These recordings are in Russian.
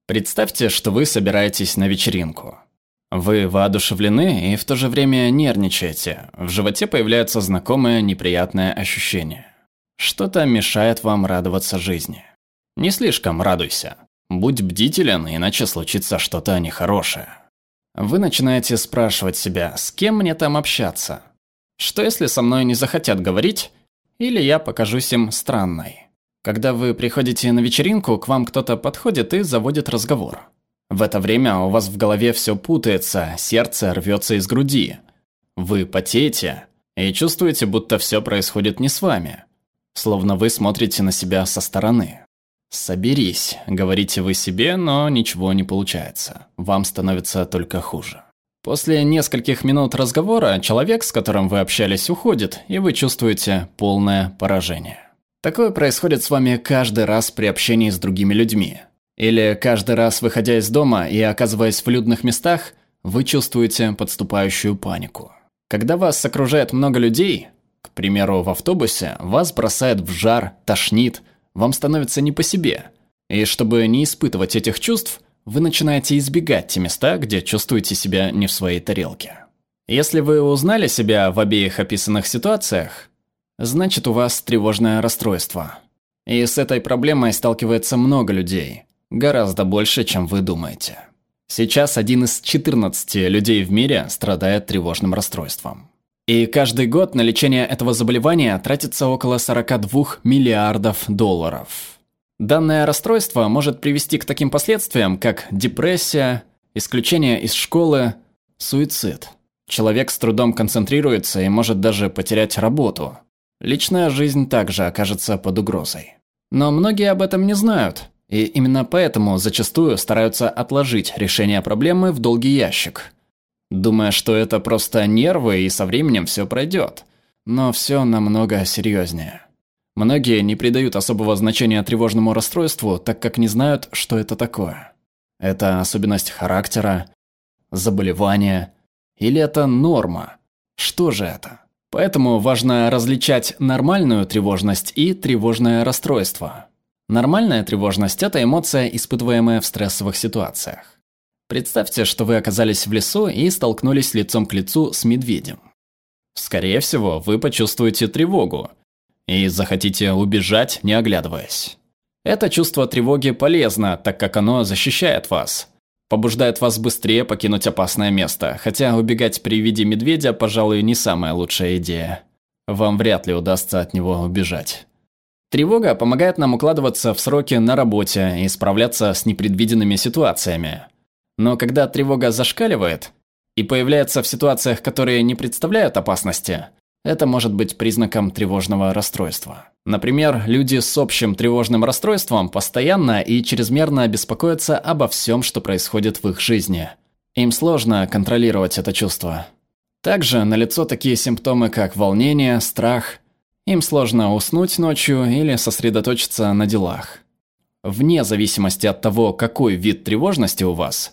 Представьте, что вы собираетесь на вечеринку. Вы воодушевлены и в то же время нервничаете. В животе появляется знакомое неприятное ощущение. Что-то мешает вам радоваться жизни. Не слишком радуйся. Будь бдителен, иначе случится что-то нехорошее. Вы начинаете спрашивать себя, с кем мне там общаться? Что если со мной не захотят говорить, или я покажусь им странной? Когда вы приходите на вечеринку, к вам кто-то подходит и заводит разговор. В это время у вас в голове все путается, сердце рвется из груди. Вы потеете и чувствуете, будто все происходит не с вами. Словно вы смотрите на себя со стороны. «Соберись», — говорите вы себе, но ничего не получается. Вам становится только хуже. После нескольких минут разговора человек, с которым вы общались, уходит, и вы чувствуете полное поражение. Такое происходит с вами каждый раз при общении с другими людьми. Или каждый раз, выходя из дома и оказываясь в людных местах, вы чувствуете подступающую панику. Когда вас окружает много людей, к примеру, в автобусе, вас бросает в жар, тошнит, вам становится не по себе. И чтобы не испытывать этих чувств, вы начинаете избегать те места, где чувствуете себя не в своей тарелке. Если вы узнали себя в обеих описанных ситуациях, значит, у вас тревожное расстройство. И с этой проблемой сталкивается много людей. Гораздо больше, чем вы думаете. Сейчас 1 из 14 людей в мире страдает тревожным расстройством. И каждый год на лечение этого заболевания тратится около 42 миллиардов долларов. Данное расстройство может привести к таким последствиям, как депрессия, исключение из школы, суицид. Человек с трудом концентрируется и может даже потерять работу. Личная жизнь также окажется под угрозой. Но многие об этом не знают, и именно поэтому зачастую стараются отложить решение проблемы в долгий ящик, думая, что это просто нервы и со временем все пройдет. Но все намного серьезнее. Многие не придают особого значения тревожному расстройству, так как не знают, что это такое. Это особенность характера, заболевание или это норма? Что же это? Поэтому важно различать нормальную тревожность и тревожное расстройство. Нормальная тревожность – это эмоция, испытываемая в стрессовых ситуациях. Представьте, что вы оказались в лесу и столкнулись лицом к лицу с медведем. Скорее всего, вы почувствуете тревогу и захотите убежать, не оглядываясь. Это чувство тревоги полезно, так как оно защищает вас. Побуждает вас быстрее покинуть опасное место, хотя убегать при виде медведя, пожалуй, не самая лучшая идея. Вам вряд ли удастся от него убежать. Тревога помогает нам укладываться в сроки на работе и справляться с непредвиденными ситуациями. Но когда тревога зашкаливает и появляется в ситуациях, которые не представляют опасности, это может быть признаком тревожного расстройства. Например, люди с общим тревожным расстройством постоянно и чрезмерно беспокоятся обо всем, что происходит в их жизни. Им сложно контролировать это чувство. Также налицо такие симптомы, как волнение, страх. Им сложно уснуть ночью или сосредоточиться на делах. Вне зависимости от того, какой вид тревожности у вас,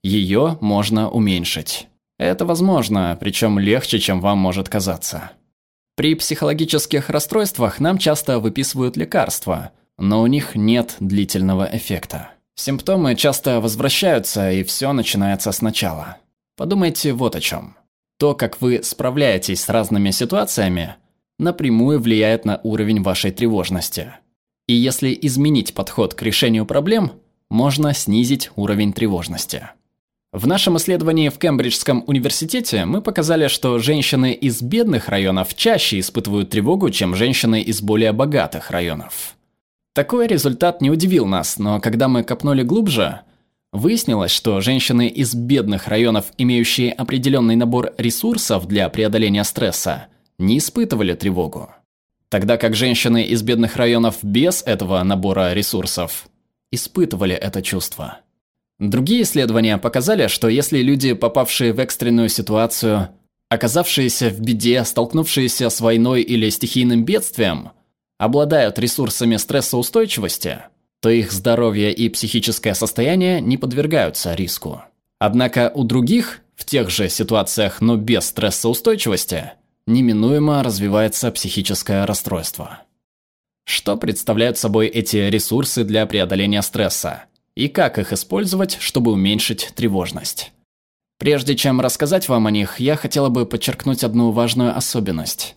ее можно уменьшить. Это возможно, причем легче, чем вам может казаться. При психологических расстройствах нам часто выписывают лекарства, но у них нет длительного эффекта. Симптомы часто возвращаются, и все начинается сначала. Подумайте вот о чем. То, как вы справляетесь с разными ситуациями, напрямую влияет на уровень вашей тревожности. И если изменить подход к решению проблем, можно снизить уровень тревожности. В нашем исследовании в Кембриджском университете мы показали, что женщины из бедных районов чаще испытывают тревогу, чем женщины из более богатых районов. Такой результат не удивил нас, но когда мы копнули глубже, выяснилось, что женщины из бедных районов, имеющие определенный набор ресурсов для преодоления стресса, не испытывали тревогу. Тогда как женщины из бедных районов без этого набора ресурсов испытывали это чувство. Другие исследования показали, что если люди, попавшие в экстренную ситуацию, оказавшиеся в беде, столкнувшиеся с войной или стихийным бедствием, обладают ресурсами стрессоустойчивости, то их здоровье и психическое состояние не подвергаются риску. Однако у других, в тех же ситуациях, но без стрессоустойчивости, неминуемо развивается психическое расстройство. Что представляют собой эти ресурсы для преодоления стресса? и как их использовать, чтобы уменьшить тревожность. Прежде чем рассказать вам о них, я хотела бы подчеркнуть одну важную особенность.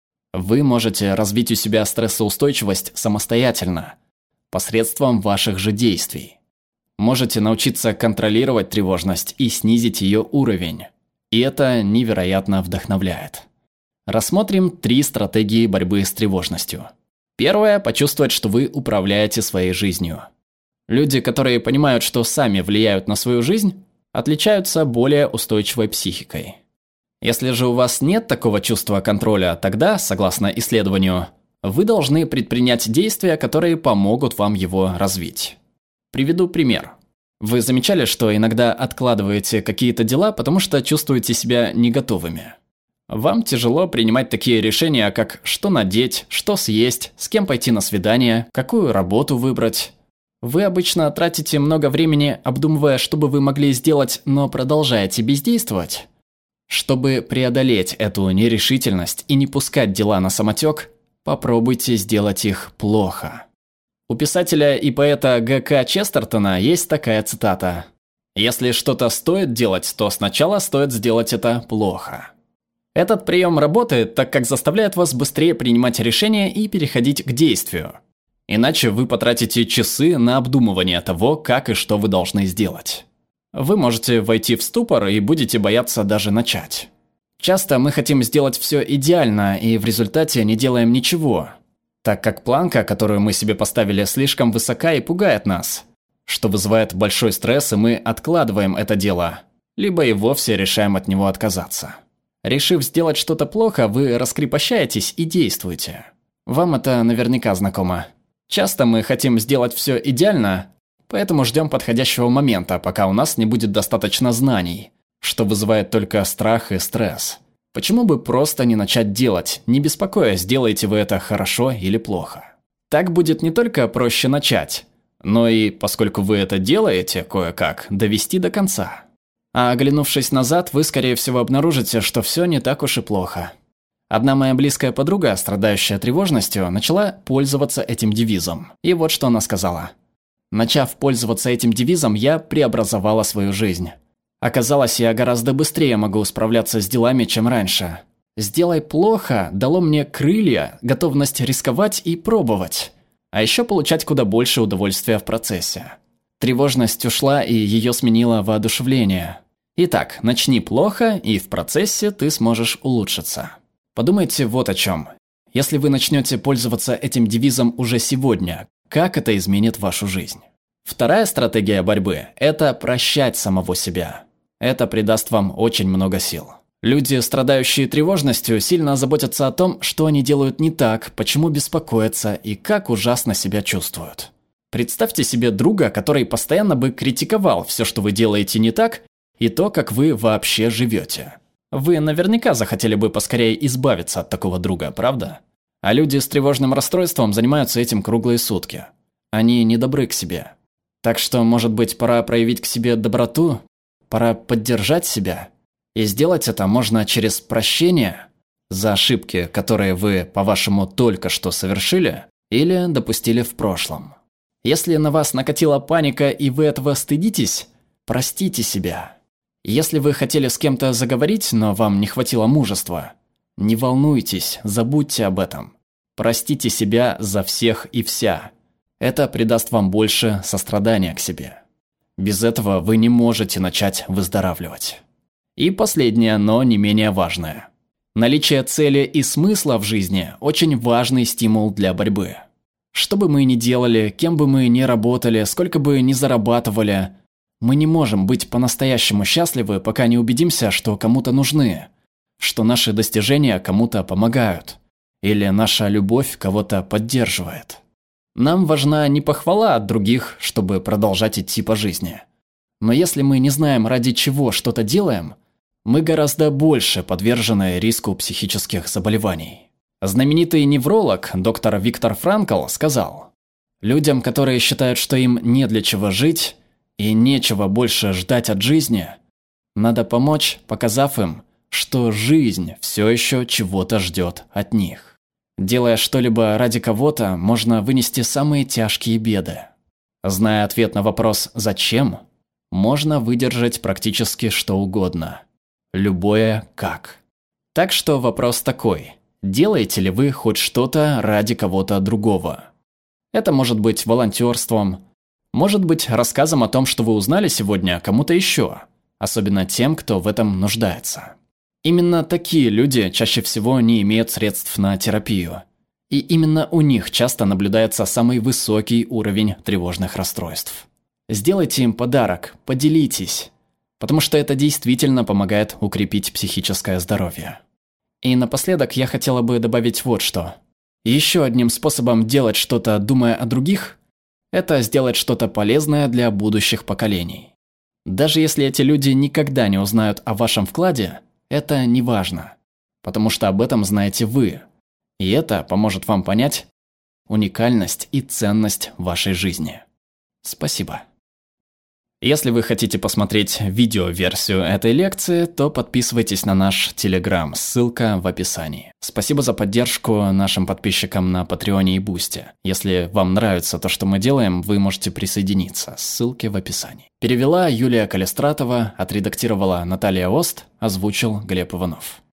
Вы можете развить у себя стрессоустойчивость самостоятельно, посредством ваших же действий. Можете научиться контролировать тревожность и снизить ее уровень. И это невероятно вдохновляет. Рассмотрим 3 стратегии борьбы с тревожностью. Первая – почувствовать, что вы управляете своей жизнью. Люди, которые понимают, что сами влияют на свою жизнь, отличаются более устойчивой психикой. Если же у вас нет такого чувства контроля, тогда, согласно исследованию, вы должны предпринять действия, которые помогут вам его развить. Приведу пример. Вы замечали, что иногда откладываете какие-то дела, потому что чувствуете себя не готовыми? Вам тяжело принимать такие решения, как что надеть, что съесть, с кем пойти на свидание, какую работу выбрать. Вы обычно тратите много времени, обдумывая, что бы вы могли сделать, но продолжаете бездействовать. Чтобы преодолеть эту нерешительность и не пускать дела на самотек, попробуйте сделать их плохо. У писателя и поэта Г.К. Честертона есть такая цитата: «Если что-то стоит делать, то сначала стоит сделать это плохо». Этот прием работает, так как заставляет вас быстрее принимать решения и переходить к действию. Иначе вы потратите часы на обдумывание того, как и что вы должны сделать. Вы можете войти в ступор и будете бояться даже начать. Часто мы хотим сделать все идеально и в результате не делаем ничего, так как планка, которую мы себе поставили, слишком высока и пугает нас, что вызывает большой стресс, и мы откладываем это дело, либо и вовсе решаем от него отказаться. Решив сделать что-то плохо, вы раскрепощаетесь и действуете. Вам это наверняка знакомо. Часто мы хотим сделать все идеально, поэтому ждем подходящего момента, пока у нас не будет достаточно знаний, что вызывает только страх и стресс. Почему бы просто не начать делать, не беспокоясь, делаете вы это хорошо или плохо? Так будет не только проще начать, но и, поскольку вы это делаете кое-как, довести до конца. А оглянувшись назад, вы, скорее всего, обнаружите, что все не так уж и плохо. Одна моя близкая подруга, страдающая тревожностью, начала пользоваться этим девизом. И вот что она сказала. Начав пользоваться этим девизом, я преобразовала свою жизнь. Оказалось, я гораздо быстрее могу справляться с делами, чем раньше. «Сделай плохо» дало мне крылья, готовность рисковать и пробовать. А еще получать куда больше удовольствия в процессе. Тревожность ушла, и ее сменило воодушевление. Итак, начни плохо, и в процессе ты сможешь улучшиться. Подумайте вот о чем. Если вы начнете пользоваться этим девизом уже сегодня, как это изменит вашу жизнь? Вторая стратегия борьбы – это прощать самого себя. Это придаст вам очень много сил. Люди, страдающие тревожностью, сильно заботятся о том, что они делают не так, почему беспокоятся и как ужасно себя чувствуют. Представьте себе друга, который постоянно бы критиковал все, что вы делаете не так, и то, как вы вообще живете. Вы наверняка захотели бы поскорее избавиться от такого друга, правда? А люди с тревожным расстройством занимаются этим круглые сутки. Они недобры к себе. Так что, может быть, пора проявить к себе доброту? Пора поддержать себя? И сделать это можно через прощение за ошибки, которые вы, по-вашему, только что совершили или допустили в прошлом. Если на вас накатила паника и вы этого стыдитесь, простите себя. Если вы хотели с кем-то заговорить, но вам не хватило мужества, не волнуйтесь, забудьте об этом. Простите себя за всех и вся. Это придаст вам больше сострадания к себе. Без этого вы не можете начать выздоравливать. И последнее, но не менее важное. Наличие цели и смысла в жизни – очень важный стимул для борьбы. Что бы мы ни делали, кем бы мы ни работали, сколько бы ни зарабатывали, мы не можем быть по-настоящему счастливы, пока не убедимся, что кому-то нужны, что наши достижения кому-то помогают, или наша любовь кого-то поддерживает. Нам важна не похвала от других, чтобы продолжать идти по жизни. Но если мы не знаем, ради чего что-то делаем, мы гораздо больше подвержены риску психических заболеваний. Знаменитый невролог доктор Виктор Франкл сказал: «Людям, которые считают, что им не для чего жить и нечего больше ждать от жизни, надо помочь, показав им, что жизнь все еще чего-то ждет от них. Делая что-либо ради кого-то, можно вынести самые тяжкие беды. Зная ответ на вопрос «зачем?», можно выдержать практически что угодно. Любое «как». Так что вопрос такой: делаете ли вы хоть что-то ради кого-то другого? Это может быть волонтерством, может быть рассказом о том, что вы узнали сегодня кому-то еще, особенно тем, кто в этом нуждается. Именно такие люди чаще всего не имеют средств на терапию. И именно у них часто наблюдается самый высокий уровень тревожных расстройств. Сделайте им подарок, поделитесь, потому что это действительно помогает укрепить психическое здоровье. И напоследок я хотела бы добавить вот что. Еще одним способом делать что-то, думая о других, это сделать что-то полезное для будущих поколений. Даже если эти люди никогда не узнают о вашем вкладе, это не важно, потому что об этом знаете вы. И это поможет вам понять уникальность и ценность вашей жизни. Спасибо. Если вы хотите посмотреть видеоверсию этой лекции, то подписывайтесь на наш Telegram, ссылка в описании. Спасибо за поддержку нашим подписчикам на Патреоне и Бусти. Если вам нравится то, что мы делаем, вы можете присоединиться, ссылки в описании. Перевела Юлия Калистратова, отредактировала Наталья Ост, озвучил Глеб Иванов.